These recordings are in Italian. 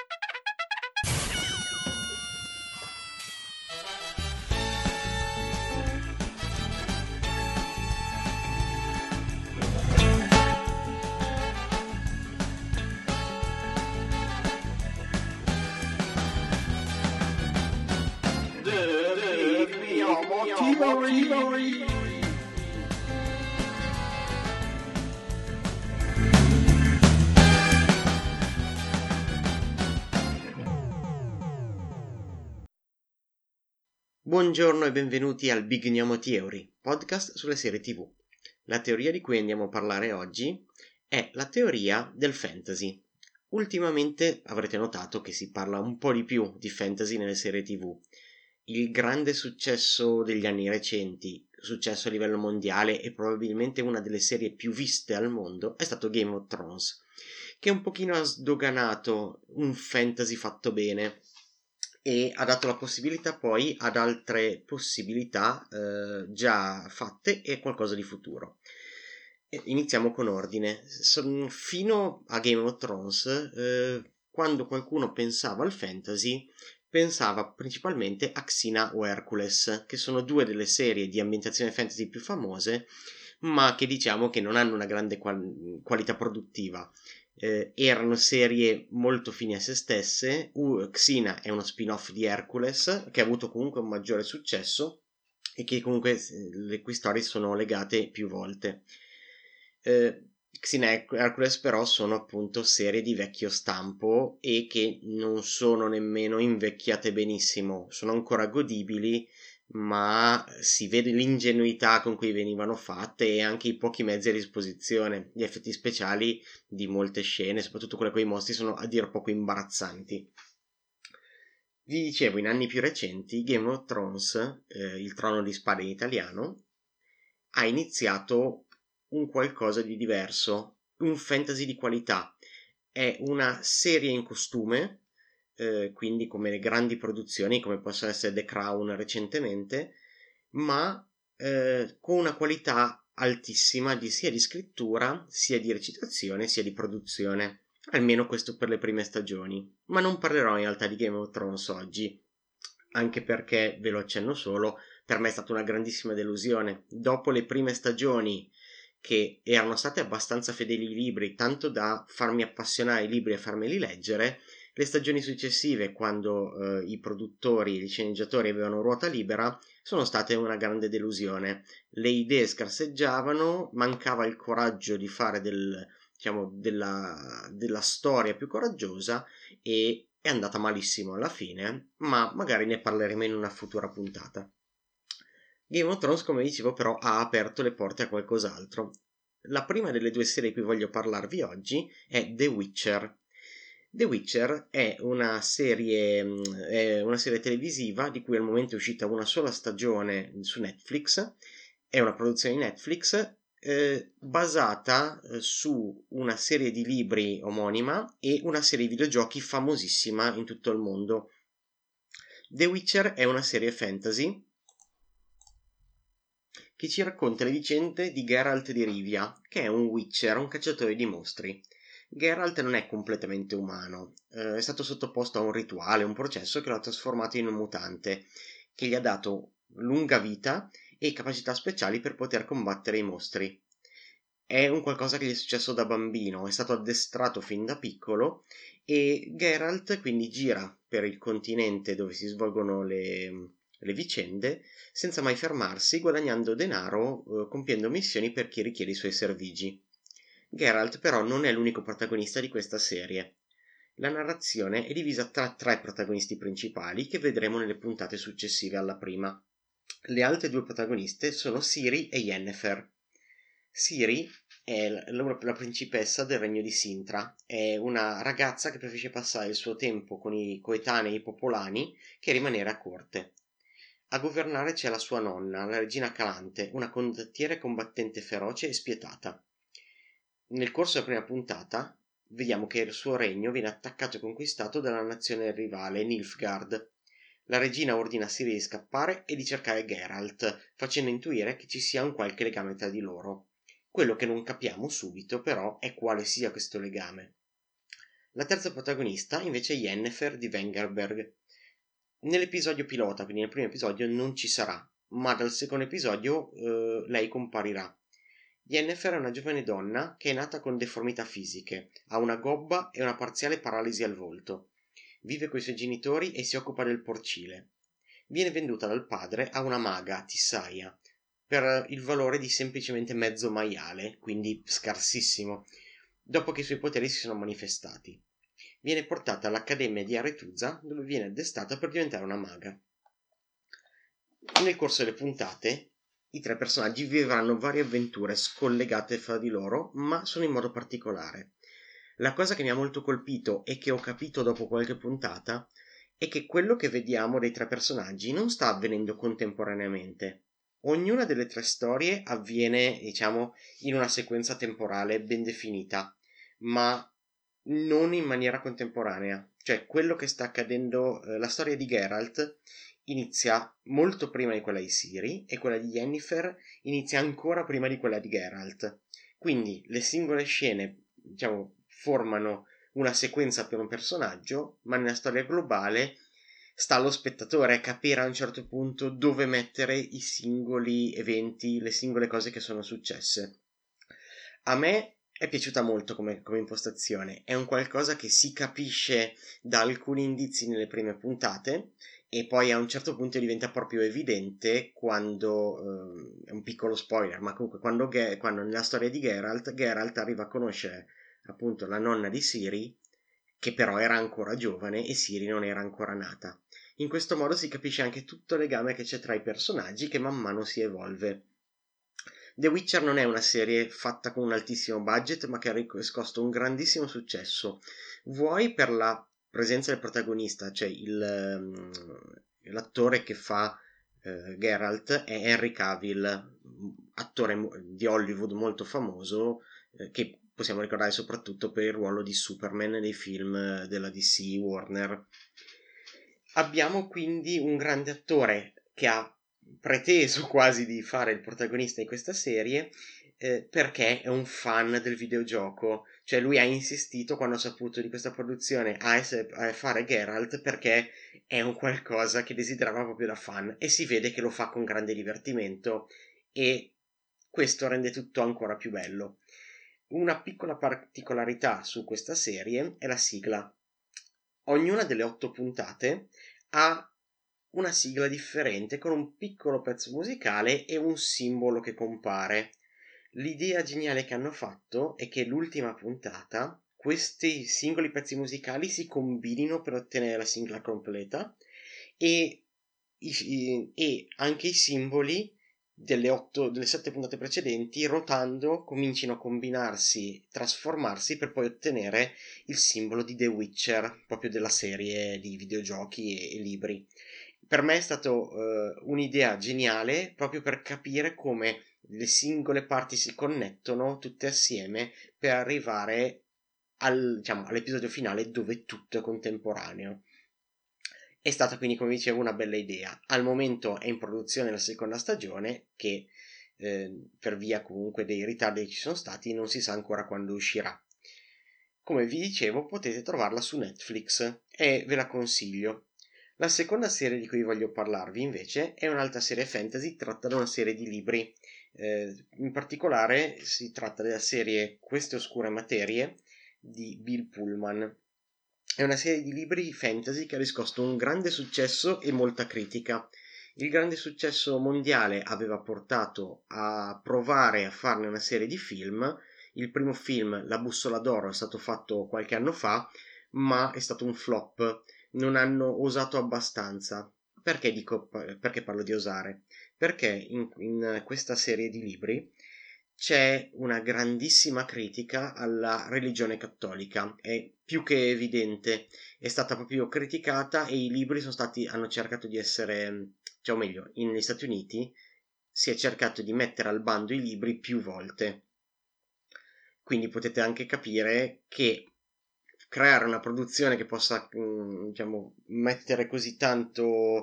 Buongiorno e benvenuti al Big Gnomo Theory, podcast sulle serie TV. La teoria di cui andiamo a parlare oggi è la teoria del fantasy. Ultimamente avrete notato che si parla un po' di più di fantasy nelle serie TV. Il grande successo degli anni recenti, successo a livello mondiale e probabilmente una delle serie più viste al mondo, è stato Game of Thrones, che un pochino ha sdoganato un fantasy fatto bene e ha dato la possibilità poi ad altre possibilità già fatte e qualcosa di futuro. Iniziamo con ordine. Fino a Game of Thrones, quando qualcuno pensava al fantasy, pensava principalmente a Xena o Hercules, che sono due delle serie di ambientazione fantasy più famose, ma che diciamo che non hanno una grande qualità produttiva. Erano serie molto fini a se stesse. Xena è uno spin-off di Hercules che ha avuto comunque un maggiore successo e che comunque le cui storie sono legate più volte. Xena e Hercules però sono appunto serie di vecchio stampo e che non sono nemmeno invecchiate benissimo, sono ancora godibili, ma si vede l'ingenuità con cui venivano fatte e anche i pochi mezzi a disposizione. Gli effetti speciali di molte scene, soprattutto quelle con i mostri, sono a dir poco imbarazzanti. Vi dicevo, in anni più recenti Game of Thrones, il trono di spade in italiano, ha iniziato un qualcosa di diverso, un fantasy di qualità. È una serie in costume, quindi come le grandi produzioni come possono essere The Crown recentemente, ma con una qualità altissima sia di scrittura, sia di recitazione, sia di produzione. Almeno questo per le prime stagioni. Ma non parlerò in realtà di Game of Thrones oggi, anche perché, ve lo accenno solo, per me è stata una grandissima delusione. Dopo le prime stagioni, che erano state abbastanza fedeli ai libri, tanto da farmi appassionare ai libri e farmeli leggere, le stagioni successive, quando i produttori e i sceneggiatori avevano ruota libera, sono state una grande delusione. Le idee scarseggiavano, mancava il coraggio di fare della storia più coraggiosa e è andata malissimo alla fine, ma magari ne parleremo in una futura puntata. Game of Thrones, come dicevo, però ha aperto le porte a qualcos'altro. La prima delle due serie di cui voglio parlarvi oggi è The Witcher. The Witcher è una serie televisiva di cui al momento è uscita una sola stagione su Netflix. È una produzione di Netflix basata su una serie di libri omonima e una serie di videogiochi famosissima in tutto il mondo. The Witcher è una serie fantasy che ci racconta le vicende di Geralt di Rivia, che è un Witcher, un cacciatore di mostri. Geralt non è completamente umano, è stato sottoposto a un rituale, un processo che lo ha trasformato in un mutante, che gli ha dato lunga vita e capacità speciali per poter combattere i mostri. È un qualcosa che gli è successo da bambino, è stato addestrato fin da piccolo e Geralt quindi gira per il continente dove si svolgono le vicende senza mai fermarsi, guadagnando denaro, compiendo missioni per chi richiede i suoi servigi. Geralt però non è l'unico protagonista di questa serie. La narrazione è divisa tra tre protagonisti principali che vedremo nelle puntate successive alla prima. Le altre due protagoniste sono Ciri e Yennefer. Ciri è la principessa del regno di Sintra, è una ragazza che preferisce passare il suo tempo con i coetanei popolani che rimanere a corte. A governare c'è la sua nonna, la regina Calante, una condottiera e combattente feroce e spietata. Nel corso della prima puntata vediamo che il suo regno viene attaccato e conquistato dalla nazione rivale Nilfgaard. La regina ordina a Ciri di scappare e di cercare Geralt, facendo intuire che ci sia un qualche legame tra di loro. Quello che non capiamo subito però è quale sia questo legame. La terza protagonista invece è Yennefer di Wengerberg. Nell'episodio pilota, quindi nel primo episodio, non ci sarà, ma dal secondo episodio lei comparirà. Yennefer è una giovane donna che è nata con deformità fisiche, ha una gobba e una parziale paralisi al volto. Vive coi suoi genitori e si occupa del porcile. Viene venduta dal padre a una maga, Tissaia, per il valore di semplicemente mezzo maiale, quindi scarsissimo, dopo che i suoi poteri si sono manifestati. Viene portata all'Accademia di Arethusa, dove viene addestrata per diventare una maga. Nel corso delle puntate, i tre personaggi vivranno varie avventure scollegate fra di loro, ma sono in modo particolare. La cosa che mi ha molto colpito e che ho capito dopo qualche puntata è che quello che vediamo dei tre personaggi non sta avvenendo contemporaneamente. Ognuna delle tre storie avviene, diciamo, in una sequenza temporale ben definita, ma non in maniera contemporanea. Cioè, quello che sta accadendo, la storia di Geralt inizia molto prima di quella di Ciri e quella di Yennefer inizia ancora prima di quella di Geralt. Quindi le singole scene, diciamo, formano una sequenza per un personaggio, ma nella storia globale sta allo spettatore a capire a un certo punto dove mettere i singoli eventi, le singole cose che sono successe. A me è piaciuta molto come impostazione, è un qualcosa che si capisce da alcuni indizi nelle prime puntate e poi a un certo punto diventa proprio evidente quando, è un piccolo spoiler, ma comunque quando nella storia di Geralt arriva a conoscere appunto la nonna di Ciri, che però era ancora giovane e Ciri non era ancora nata. In questo modo si capisce anche tutto il legame che c'è tra i personaggi che man mano si evolve. The Witcher non è una serie fatta con un altissimo budget, ma che ha riscosso un grandissimo successo. Vuoi per la presenza del protagonista, cioè l'attore che fa Geralt è Henry Cavill, attore di Hollywood molto famoso, che possiamo ricordare soprattutto per il ruolo di Superman nei film della DC Warner. Abbiamo quindi un grande attore che ha preteso quasi di fare il protagonista di questa serie, perché è un fan del videogioco. Cioè lui ha insistito quando ha saputo di questa produzione a fare Geralt, perché è un qualcosa che desiderava proprio da fan e si vede che lo fa con grande divertimento e questo rende tutto ancora più bello. Una piccola particolarità su questa serie è la sigla. Ognuna delle 8 puntate ha una sigla differente con un piccolo pezzo musicale e un simbolo che compare. L'idea geniale che hanno fatto è che l'ultima puntata questi singoli pezzi musicali si combinino per ottenere la sigla completa e, e anche i simboli delle 7 puntate precedenti, rotando, comincino a combinarsi, trasformarsi per poi ottenere il simbolo di The Witcher, proprio della serie di videogiochi e libri. Per me è stato un'idea geniale proprio per capire come le singole parti si connettono tutte assieme per arrivare diciamo, all'episodio finale dove tutto è contemporaneo. È stata quindi, come dicevo, una bella idea. Al momento è in produzione la seconda stagione che per via comunque dei ritardi che ci sono stati non si sa ancora quando uscirà. Come vi dicevo, potete trovarla su Netflix e ve la consiglio. La seconda serie di cui voglio parlarvi invece è un'altra serie fantasy tratta da una serie di libri. In particolare si tratta della serie Queste oscure materie di Bill Pullman. È una serie di libri fantasy che ha riscosso un grande successo e molta critica. Il grande successo mondiale aveva portato a provare a farne una serie di film. Il primo film, La bussola d'oro, è stato fatto qualche anno fa, ma è stato un flop. Non hanno osato abbastanza. Perché parlo di osare? Perché in questa serie di libri c'è una grandissima critica alla religione cattolica, è più che evidente, è stata proprio criticata e i libri hanno cercato di essere, cioè o meglio, negli Stati Uniti si è cercato di mettere al bando i libri più volte. Quindi potete anche capire che creare una produzione che possa, diciamo, mettere così tanto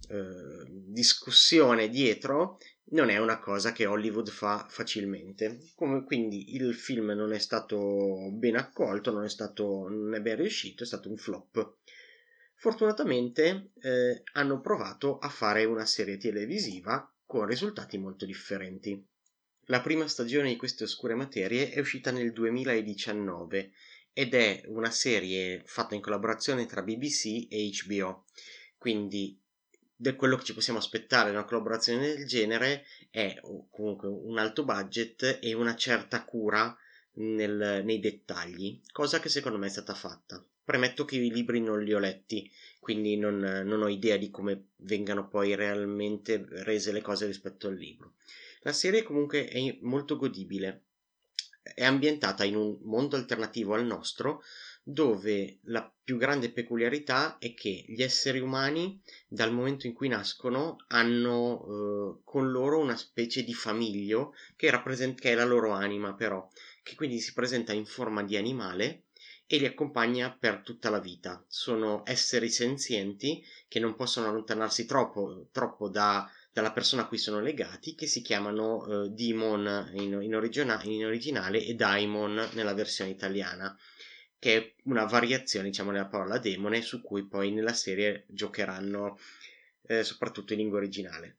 discussione dietro, non è una cosa che Hollywood fa facilmente. Quindi il film non è stato ben accolto, non è ben riuscito, è stato un flop. Fortunatamente hanno provato a fare una serie televisiva con risultati molto differenti. La prima stagione di Queste oscure materie è uscita nel 2019 ed è una serie fatta in collaborazione tra BBC e HBO. Quindi quello che ci possiamo aspettare da una collaborazione del genere è comunque un alto budget e una certa cura nei dettagli, cosa che secondo me è stata fatta. Premetto che i libri non li ho letti, quindi non ho idea di come vengano poi realmente rese le cose rispetto al libro. La serie comunque è molto godibile, è ambientata in un mondo alternativo al nostro, dove la più grande peculiarità è che gli esseri umani, dal momento in cui nascono, hanno con loro una specie di famiglio che è la loro anima, però, che quindi si presenta in forma di animale e li accompagna per tutta la vita. Sono esseri senzienti che non possono allontanarsi troppo dalla persona a cui sono legati, che si chiamano Demon in originale e Daimon nella versione italiana, che è una variazione, diciamo, della parola demone, su cui poi nella serie giocheranno soprattutto in lingua originale.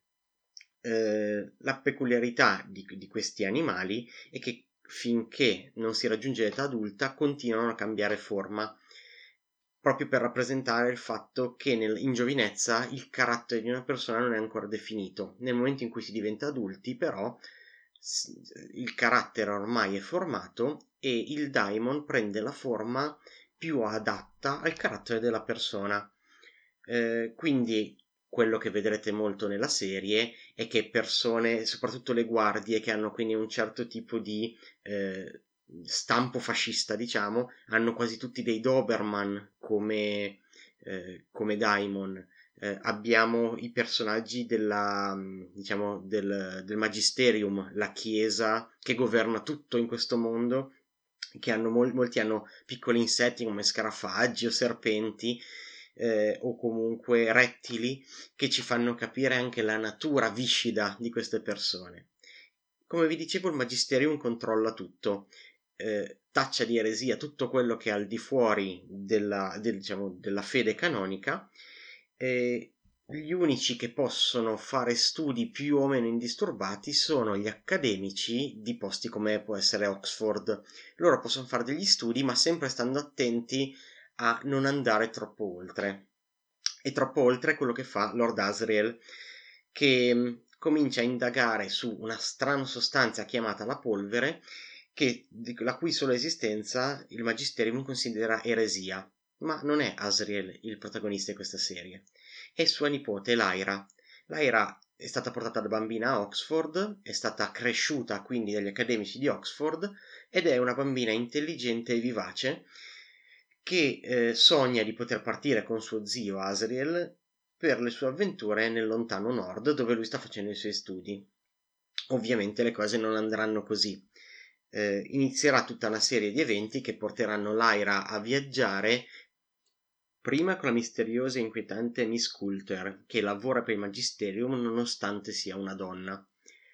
La peculiarità di questi animali è che finché non si raggiunge l'età adulta continuano a cambiare forma, proprio per rappresentare il fatto che in giovinezza il carattere di una persona non è ancora definito. Nel momento in cui si diventa adulti, però, il carattere ormai è formato e il daimon prende la forma più adatta al carattere della persona. Quindi quello che vedrete molto nella serie è che persone, soprattutto le guardie, che hanno quindi un certo tipo di stampo fascista, diciamo, hanno quasi tutti dei Doberman come daimon. Abbiamo i personaggi del Magisterium, la chiesa che governa tutto in questo mondo, che molti hanno piccoli insetti come scarafaggi o serpenti, o comunque rettili, che ci fanno capire anche la natura viscida di queste persone. Come vi dicevo, il Magisterium controlla tutto, taccia di eresia tutto quello che è al di fuori della fede canonica. Gli unici che possono fare studi più o meno indisturbati sono gli accademici di posti come può essere Oxford. Loro possono fare degli studi, ma sempre stando attenti a non andare troppo oltre. E troppo oltre è quello che fa Lord Asriel, che comincia a indagare su una strana sostanza chiamata la polvere, la cui sola esistenza il Magisterium considera eresia. Ma non è Asriel il protagonista di questa serie, è sua nipote Lyra. Lyra è stata portata da bambina a Oxford, è stata cresciuta quindi dagli accademici di Oxford ed è una bambina intelligente e vivace che sogna di poter partire con suo zio Asriel per le sue avventure nel lontano nord, dove lui sta facendo i suoi studi. Ovviamente le cose non andranno così. Inizierà tutta una serie di eventi che porteranno Lyra a viaggiare prima con la misteriosa e inquietante Miss Coulter, che lavora per il Magisterium nonostante sia una donna.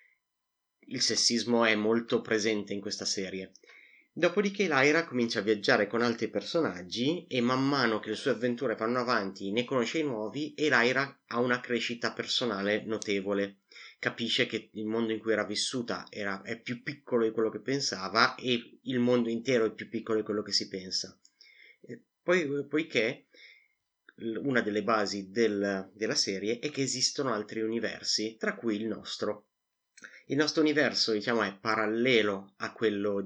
Il sessismo è molto presente in questa serie. Dopodiché Lyra comincia a viaggiare con altri personaggi e man mano che le sue avventure vanno avanti ne conosce i nuovi e Lyra ha una crescita personale notevole. Capisce che il mondo in cui era vissuta è più piccolo di quello che pensava e il mondo intero è più piccolo di quello che si pensa. Poiché una delle basi della serie è che esistono altri universi, tra cui il nostro. Il nostro universo, diciamo, è parallelo a quello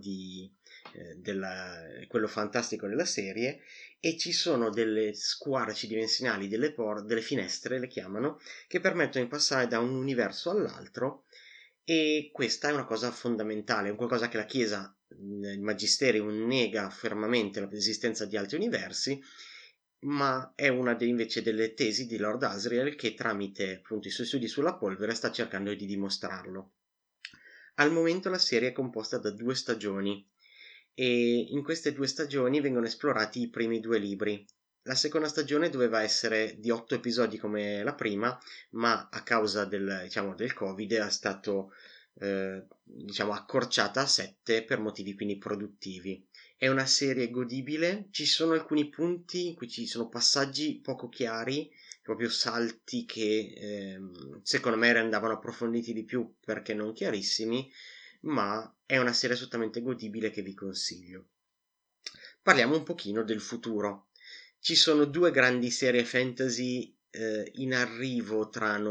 quello fantastico della serie, e ci sono delle squarci dimensionali, delle finestre, le chiamano, che permettono di passare da un universo all'altro, e questa è una cosa fondamentale, è qualcosa che la Chiesa, il Magisterium, nega fermamente l'esistenza di altri universi, ma è una invece delle tesi di Lord Asriel, che tramite appunto i suoi studi sulla polvere sta cercando di dimostrarlo. Al momento la serie è composta da 2 stagioni e in queste 2 stagioni vengono esplorati i primi 2 libri. La seconda stagione doveva essere di 8 episodi come la prima, ma a causa del Covid è stato accorciata a 7 per motivi quindi produttivi. È una serie godibile, ci sono alcuni punti in cui ci sono passaggi poco chiari, proprio salti che secondo me andavano approfonditi di più perché non chiarissimi, ma è una serie assolutamente godibile che vi consiglio. Parliamo un pochino del futuro. Ci sono 2 grandi serie fantasy in arrivo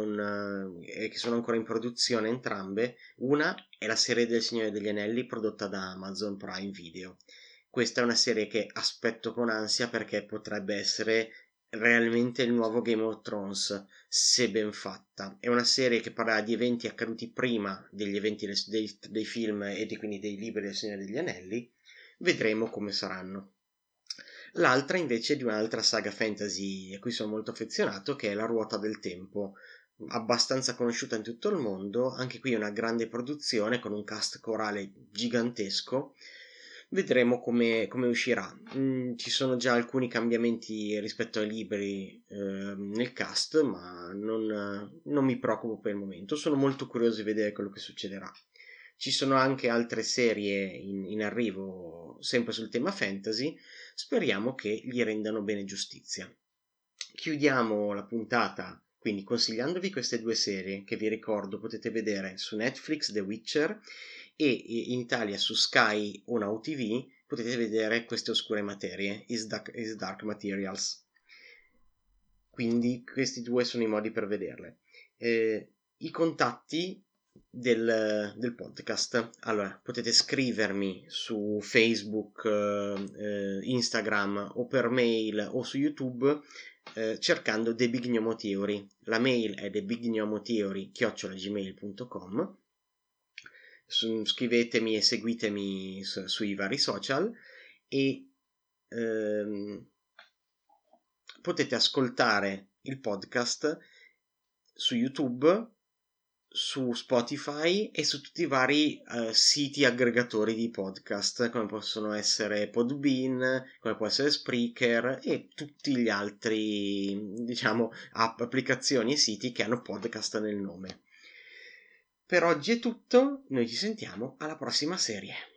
che sono ancora in produzione entrambe. Una è la serie del Signore degli Anelli prodotta da Amazon Prime Video. Questa è una serie che aspetto con ansia perché potrebbe essere realmente il nuovo Game of Thrones, se ben fatta. È una serie che parla di eventi accaduti prima degli eventi dei film e quindi dei libri del Signore degli Anelli. Vedremo come saranno. L'altra invece è di un'altra saga fantasy a cui sono molto affezionato, che è La Ruota del Tempo, abbastanza conosciuta in tutto il mondo, anche qui una grande produzione con un cast corale gigantesco. Vedremo come uscirà. Ci sono già alcuni cambiamenti rispetto ai libri nel cast, ma non mi preoccupo per il momento. Sono molto curioso di vedere quello che succederà. Ci sono anche altre serie in arrivo, sempre sul tema fantasy. Speriamo che gli rendano bene giustizia. Chiudiamo la puntata quindi consigliandovi queste 2 serie che vi ricordo potete vedere su Netflix, The Witcher, e in Italia su Sky o Now TV potete vedere Queste oscure materie, Is Dark Materials. Quindi questi 2 sono i modi per vederle. I contatti del podcast. Allora, potete scrivermi su Facebook, Instagram o per mail o su YouTube cercando The Big Gnomo Theory. La mail è thebignomotheory@gmail.com. Scrivetemi e seguitemi sui vari social e potete ascoltare il podcast su YouTube, su Spotify e su tutti i vari siti aggregatori di podcast, come possono essere Podbean, come può essere Spreaker e tutti gli altri, applicazioni e siti che hanno podcast nel nome. Per oggi è tutto, noi ci sentiamo alla prossima serie.